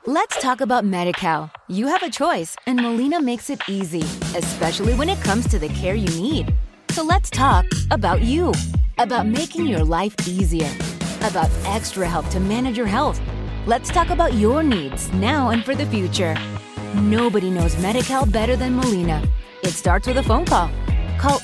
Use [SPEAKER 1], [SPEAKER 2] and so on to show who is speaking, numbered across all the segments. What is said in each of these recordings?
[SPEAKER 1] Let's talk about Medi-Cal. You have a choice, and Molina makes it easy, especially when it comes to the care you need. So let's talk about you, about making your life easier, about extra help to manage your health. Let's talk about your needs now and for the future. Nobody knows Medi-Cal better than Molina. It starts with a phone call. Call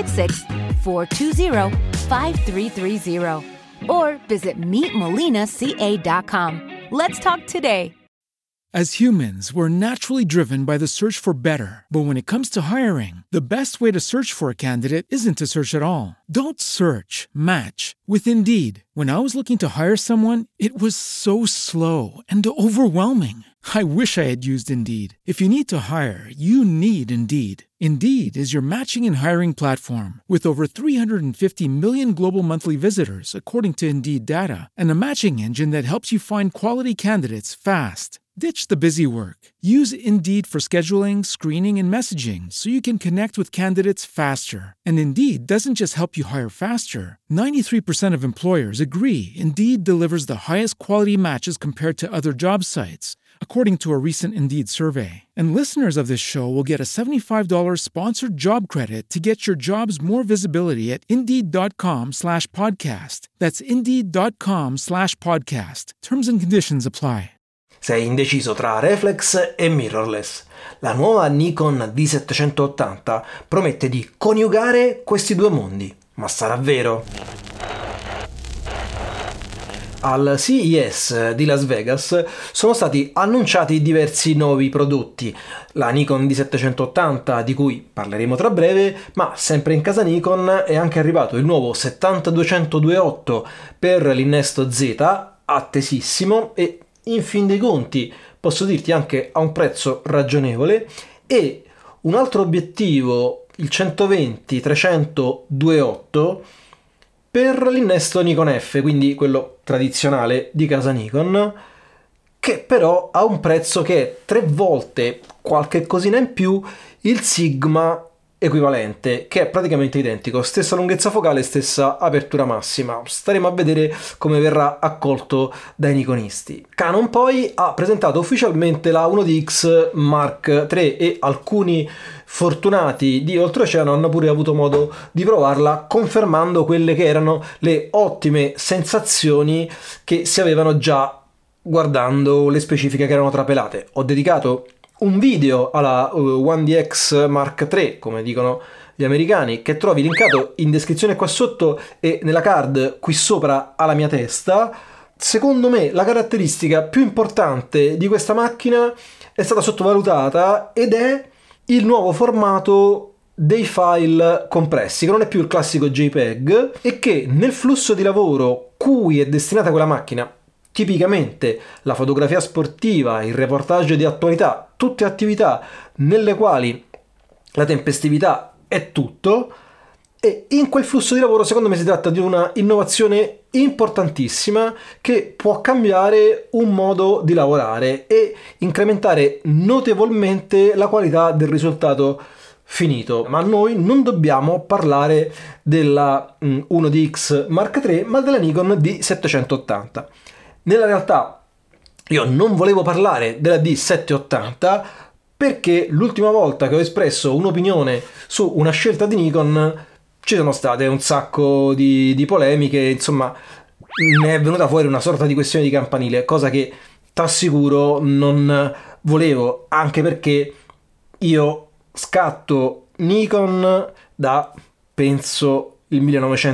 [SPEAKER 1] 866-420-5330 or visit meetmolinaca.com. Let's talk today.
[SPEAKER 2] As humans, we're naturally driven by the search for better. But when it comes to hiring, the best way to search for a candidate isn't to search at all. Don't search, match with Indeed. When I was looking to hire someone, it was so slow and overwhelming. I wish I had used Indeed. If you need to hire, you need Indeed. Indeed is your matching and hiring platform with over 350 million global monthly visitors, according to Indeed data, and a matching engine that helps you find quality candidates fast. Ditch the busy work. Use Indeed for scheduling, screening, and messaging so you can connect with candidates faster. And Indeed doesn't just help you hire faster. 93% of employers agree Indeed delivers the highest quality matches compared to other job sites, according to a recent Indeed survey. And listeners of this show will get a $75 sponsored job credit to get your jobs more visibility at Indeed.com/podcast. That's Indeed.com/podcast. Terms and conditions apply.
[SPEAKER 3] Sei indeciso tra reflex e mirrorless. La nuova Nikon D780 promette di coniugare questi due mondi, ma sarà vero? Al CES di Las Vegas sono stati annunciati diversi nuovi prodotti. La Nikon D780, di cui parleremo tra breve, ma sempre in casa Nikon è anche arrivato il nuovo 70-200-2.8 per l'innesto Z, attesissimo e in fin dei conti posso dirti anche a un prezzo ragionevole, e un altro obiettivo, il 120-300-2.8 per l'innesto Nikon F, quindi quello tradizionale di casa Nikon, che però ha un prezzo che è 3 volte qualche cosina in più il Sigma equivalente, che è praticamente identico, stessa lunghezza focale, stessa apertura massima. Staremo a vedere come verrà accolto dai nikonisti. Canon poi ha presentato ufficialmente la 1DX Mark III e alcuni fortunati di oltreoceano hanno pure avuto modo di provarla, confermando quelle che erano le ottime sensazioni che si avevano già guardando le specifiche che erano trapelate. Ho dedicato un video alla 1DX Mark III, come dicono gli americani, che trovi linkato in descrizione qua sotto e nella card qui sopra alla mia testa. Secondo me la caratteristica più importante di questa macchina è stata sottovalutata ed è il nuovo formato dei file compressi, che non è più il classico JPEG e che nel flusso di lavoro cui è destinata quella macchina, tipicamente la fotografia sportiva, il reportage di attualità, tutte attività nelle quali la tempestività è tutto, e in quel flusso di lavoro secondo me si tratta di una innovazione importantissima che può cambiare un modo di lavorare e incrementare notevolmente la qualità del risultato finito. Ma noi non dobbiamo parlare della 1DX Mark III, ma della Nikon D780. Nella realtà io non volevo parlare della D780 perché l'ultima volta che ho espresso un'opinione su una scelta di Nikon ci sono state un sacco di polemiche, insomma ne è venuta fuori una sorta di questione di campanile, cosa che t'assicuro non volevo, anche perché io scatto Nikon da penso il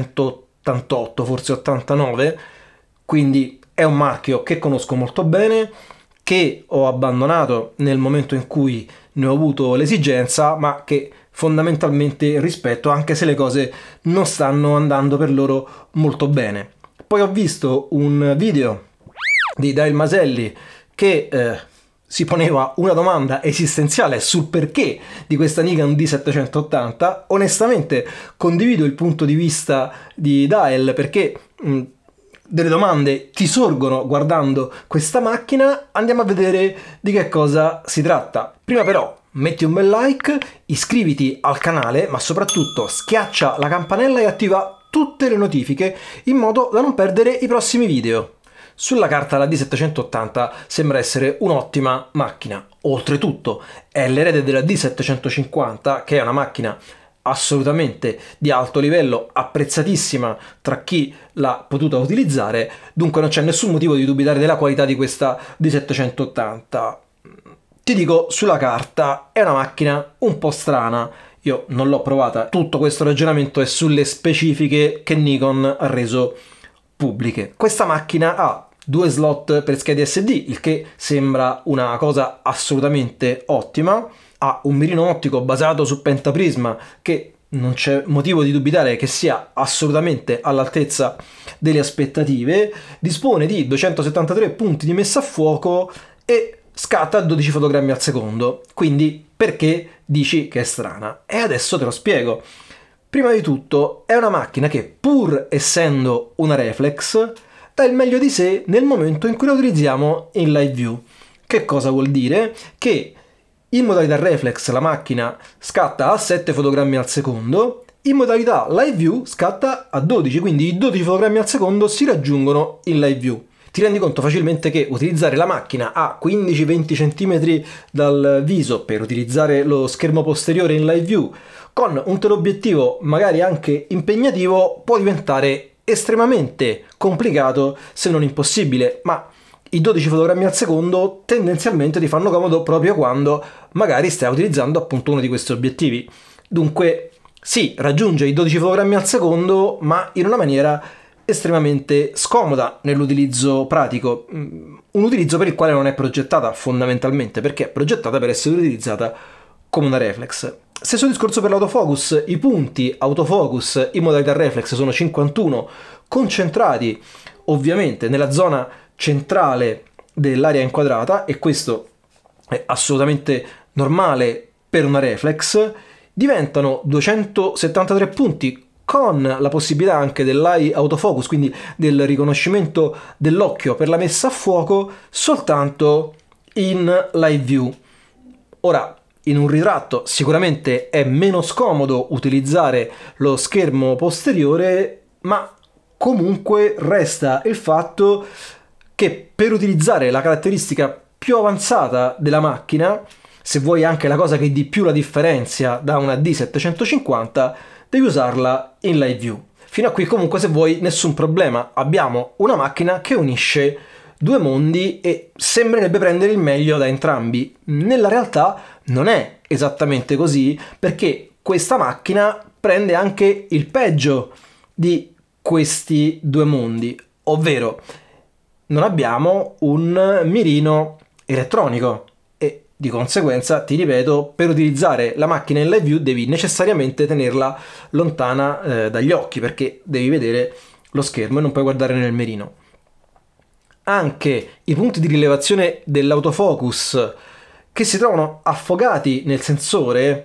[SPEAKER 3] 1988, forse 89, quindi è un marchio che conosco molto bene, che ho abbandonato nel momento in cui ne ho avuto l'esigenza, ma che fondamentalmente rispetto, anche se le cose non stanno andando per loro molto bene. Poi ho visto un video di Dale Maselli che si poneva una domanda esistenziale sul perché di questa Nikon D780. Onestamente condivido il punto di vista di Dale, perché delle domande ti sorgono guardando questa macchina. Andiamo a vedere di che cosa si tratta. Prima però metti un bel like, iscriviti al canale, ma soprattutto schiaccia la campanella e attiva tutte le notifiche in modo da non perdere i prossimi video. Sulla carta la D780 sembra essere un'ottima macchina. Oltretutto è l'erede della D750, che è una macchina assolutamente di alto livello, apprezzatissima tra chi l'ha potuta utilizzare, dunque non c'è nessun motivo di dubitare della qualità di questa D780. Ti dico, sulla carta è una macchina un po' strana, io non l'ho provata, tutto questo ragionamento è sulle specifiche che Nikon ha reso pubbliche. Questa macchina ha 2 slot per schede SD, il che sembra una cosa assolutamente ottima, ha un mirino ottico basato su pentaprisma che non c'è motivo di dubitare che sia assolutamente all'altezza delle aspettative, dispone di 273 punti di messa a fuoco e scatta a 12 fotogrammi al secondo. Quindi perché dici che è strana? E adesso te lo spiego. Prima di tutto è una macchina che, pur essendo una reflex, dà il meglio di sé nel momento in cui la utilizziamo in live view. Che cosa vuol dire? Che in modalità reflex la macchina scatta a 7 fotogrammi al secondo, in modalità live view scatta a 12, quindi i 12 fotogrammi al secondo si raggiungono in live view. Ti rendi conto facilmente che utilizzare la macchina a 15-20 cm dal viso per utilizzare lo schermo posteriore in live view con un teleobiettivo magari anche impegnativo può diventare estremamente complicato, se non impossibile, ma i 12 fotogrammi al secondo tendenzialmente ti fanno comodo proprio quando magari stai utilizzando appunto uno di questi obiettivi. Dunque sì, raggiunge i 12 fotogrammi al secondo, ma in una maniera estremamente scomoda nell'utilizzo pratico, un utilizzo per il quale non è progettata fondamentalmente, perché è progettata per essere utilizzata come una reflex. Stesso discorso per l'autofocus, i punti autofocus in modalità reflex sono 51, concentrati ovviamente nella zona centrale dell'area inquadrata, e questo è assolutamente normale per una reflex. Diventano 273 punti con la possibilità anche dell'eye autofocus, quindi del riconoscimento dell'occhio per la messa a fuoco soltanto in live view. Ora, in un ritratto sicuramente è meno scomodo utilizzare lo schermo posteriore, ma comunque resta il fatto che per utilizzare la caratteristica più avanzata della macchina, se vuoi anche la cosa che di più la differenzia da una D750, devi usarla in live view. Fino a qui comunque, se vuoi, nessun problema. Abbiamo una macchina che unisce due mondi e sembrerebbe prendere il meglio da entrambi. Nella realtà non è esattamente così, perché questa macchina prende anche il peggio di questi due mondi, ovvero non abbiamo un mirino elettronico e di conseguenza, ti ripeto, per utilizzare la macchina in live view devi necessariamente tenerla lontana dagli occhi, perché devi vedere lo schermo e non puoi guardare nel mirino. Anche i punti di rilevazione dell'autofocus che si trovano affogati nel sensore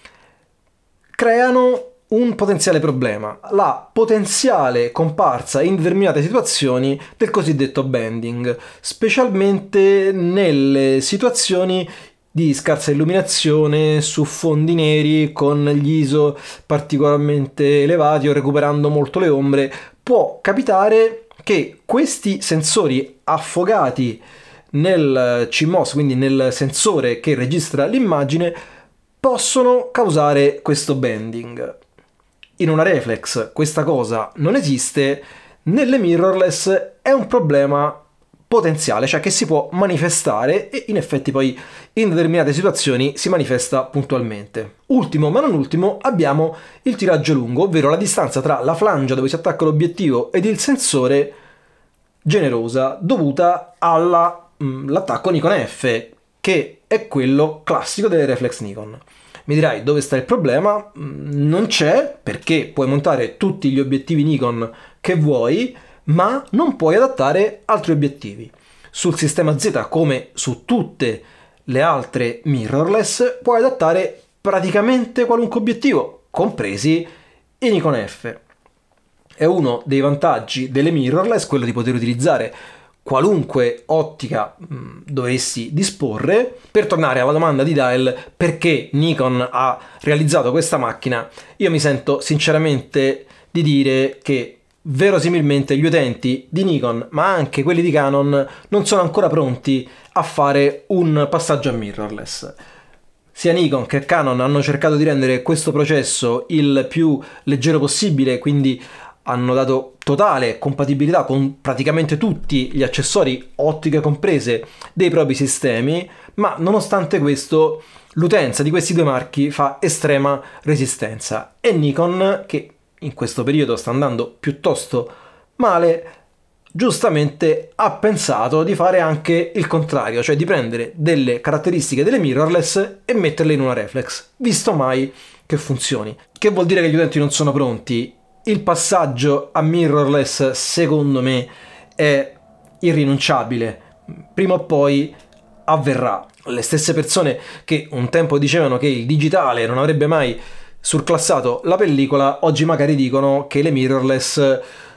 [SPEAKER 3] creano un potenziale problema: la potenziale comparsa in determinate situazioni del cosiddetto bending, specialmente nelle situazioni di scarsa illuminazione su fondi neri con gli ISO particolarmente elevati o recuperando molto le ombre. Può capitare che questi sensori affogati nel CMOS, quindi nel sensore che registra l'immagine, possono causare questo bending. In una reflex questa cosa non esiste, nelle mirrorless è un problema potenziale, cioè che si può manifestare e in effetti poi in determinate situazioni si manifesta puntualmente. Ultimo ma non ultimo abbiamo il tiraggio lungo, ovvero la distanza tra la flangia dove si attacca l'obiettivo ed il sensore generosa, dovuta all'attacco Nikon F, che è quello classico delle reflex Nikon. Mi dirai, dove sta il problema? Non c'è, perché puoi montare tutti gli obiettivi Nikon che vuoi, ma non puoi adattare altri obiettivi. Sul sistema Z, come su tutte le altre mirrorless, puoi adattare praticamente qualunque obiettivo, compresi i Nikon F. È uno dei vantaggi delle mirrorless quello di poter utilizzare qualunque ottica dovessi disporre. Per tornare alla domanda di Dial, perché Nikon ha realizzato questa macchina, io mi sento sinceramente di dire che verosimilmente gli utenti di Nikon, ma anche quelli di Canon, non sono ancora pronti a fare un passaggio a mirrorless. Sia Nikon che Canon hanno cercato di rendere questo processo il più leggero possibile, quindi hanno dato totale compatibilità con praticamente tutti gli accessori, ottiche comprese, dei propri sistemi, ma nonostante questo l'utenza di questi due marchi fa estrema resistenza. E Nikon, che in questo periodo sta andando piuttosto male, giustamente ha pensato di fare anche il contrario, cioè di prendere delle caratteristiche delle mirrorless e metterle in una reflex, visto mai che funzioni. Che vuol dire che gli utenti non sono pronti? Il passaggio a mirrorless, secondo me, è irrinunciabile. Prima o poi avverrà. Le stesse persone che un tempo dicevano che il digitale non avrebbe mai surclassato la pellicola, oggi magari dicono che le mirrorless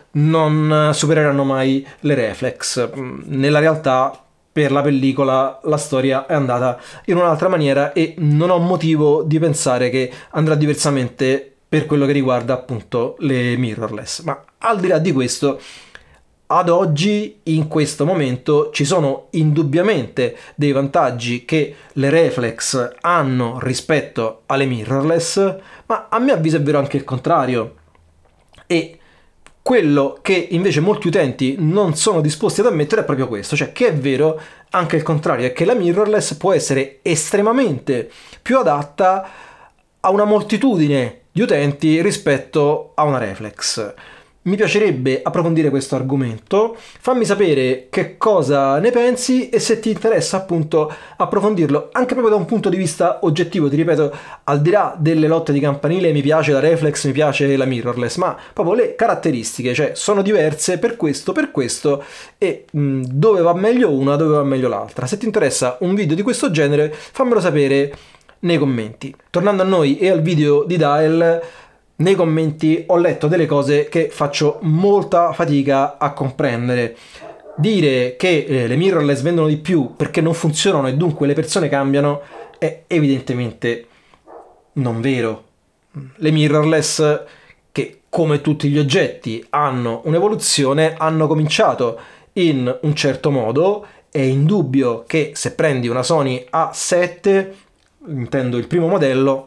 [SPEAKER 3] non supereranno mai le reflex. Nella realtà, per la pellicola la storia è andata in un'altra maniera e non ho motivo di pensare che andrà diversamente per quello che riguarda appunto le mirrorless. Ma al di là di questo, ad oggi, in questo momento, ci sono indubbiamente dei vantaggi che le reflex hanno rispetto alle mirrorless, ma a mio avviso è vero anche il contrario. E quello che invece molti utenti non sono disposti ad ammettere è proprio questo, cioè che è vero anche il contrario, è che la mirrorless può essere estremamente più adatta a una moltitudine di utenti rispetto a una reflex. Mi piacerebbe approfondire questo argomento, fammi sapere che cosa ne pensi e se ti interessa appunto approfondirlo anche proprio da un punto di vista oggettivo. Ti ripeto, al di là delle lotte di campanile, mi piace la reflex, mi piace la mirrorless, ma proprio le caratteristiche, cioè sono diverse per questo e dove va meglio una, dove va meglio l'altra. Se ti interessa un video di questo genere, fammelo sapere nei commenti. Tornando a noi e al video di Dial, nei commenti ho letto delle cose che faccio molta fatica a comprendere. Dire che le mirrorless vendono di più perché non funzionano e dunque le persone cambiano è evidentemente non vero. Le mirrorless, che come tutti gli oggetti hanno un'evoluzione, hanno cominciato in un certo modo. È indubbio che se prendi una Sony A7, intendo il primo modello,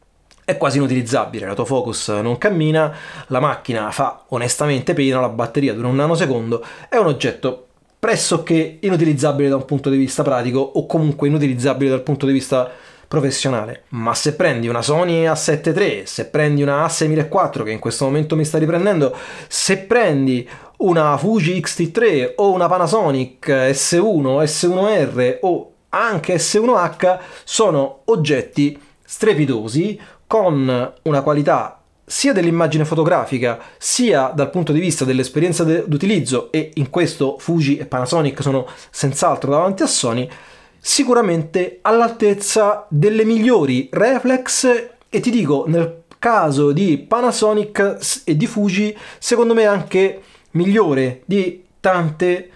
[SPEAKER 3] è quasi inutilizzabile, l'autofocus non cammina, la macchina fa onestamente pena, la batteria dura un nanosecondo, è un oggetto pressoché inutilizzabile da un punto di vista pratico o comunque inutilizzabile dal punto di vista professionale. Ma se prendi una Sony A7 III, se prendi una A6400 che in questo momento mi sta riprendendo, se prendi una Fuji X-T3 o una Panasonic S1, S1R o anche S1H, sono oggetti strepitosi, con una qualità sia dell'immagine fotografica sia dal punto di vista dell'esperienza d'utilizzo, e in questo Fuji e Panasonic sono senz'altro davanti a Sony, sicuramente all'altezza delle migliori reflex, e ti dico, nel caso di Panasonic e di Fuji, secondo me anche migliore di tante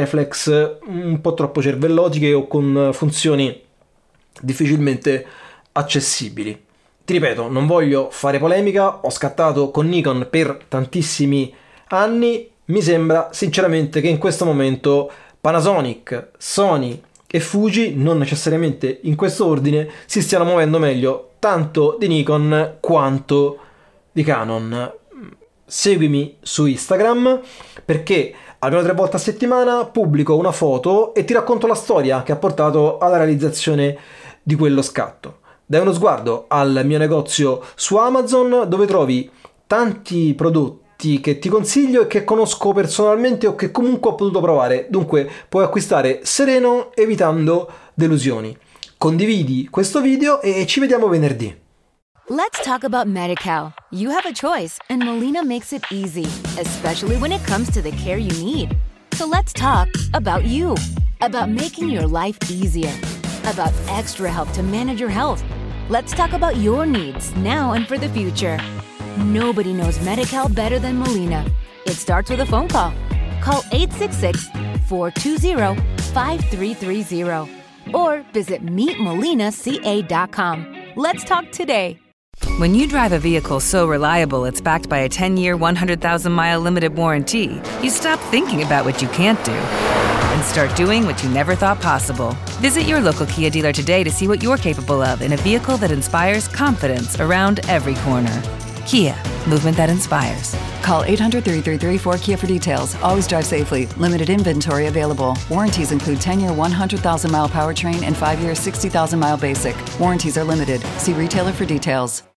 [SPEAKER 3] reflex un po' troppo cervellotiche o con funzioni difficilmente accessibili. Ti ripeto, non voglio fare polemica, ho scattato con Nikon per tantissimi anni, mi sembra sinceramente che in questo momento Panasonic, Sony e Fuji, non necessariamente in questo ordine, si stiano muovendo meglio tanto di Nikon quanto di Canon. Seguimi su Instagram perché almeno 3 volte a settimana pubblico una foto e ti racconto la storia che ha portato alla realizzazione di quello scatto. Dai uno sguardo al mio negozio su Amazon, dove trovi tanti prodotti che ti consiglio e che conosco personalmente o che comunque ho potuto provare, dunque puoi acquistare sereno evitando delusioni. Condividi questo video e ci vediamo venerdì.
[SPEAKER 1] Let's talk about Medi-Cal. You have a choice and Molina makes it easy, especially when it comes to the care you need. So let's talk about you, about making your life easier, about extra help to manage your health. Let's talk about your needs now and for the future. Nobody knows Medi-Cal better than Molina. It starts with a phone call. Call 866-420-5330 or visit meetmolinaca.com. Let's talk today.
[SPEAKER 4] When you drive a vehicle so reliable it's backed by a 10-year, 100,000-mile limited warranty, you stop thinking about what you can't do and start doing what you never thought possible. Visit your local Kia dealer today to see what you're capable of in a vehicle that inspires confidence around every corner. Kia, movement that inspires.
[SPEAKER 5] Call 800-333-4KIA for details. Always drive safely. Limited inventory available. Warranties include 10-year 100,000-mile powertrain and 5-year 60,000-mile basic. Warranties are limited. See retailer for details.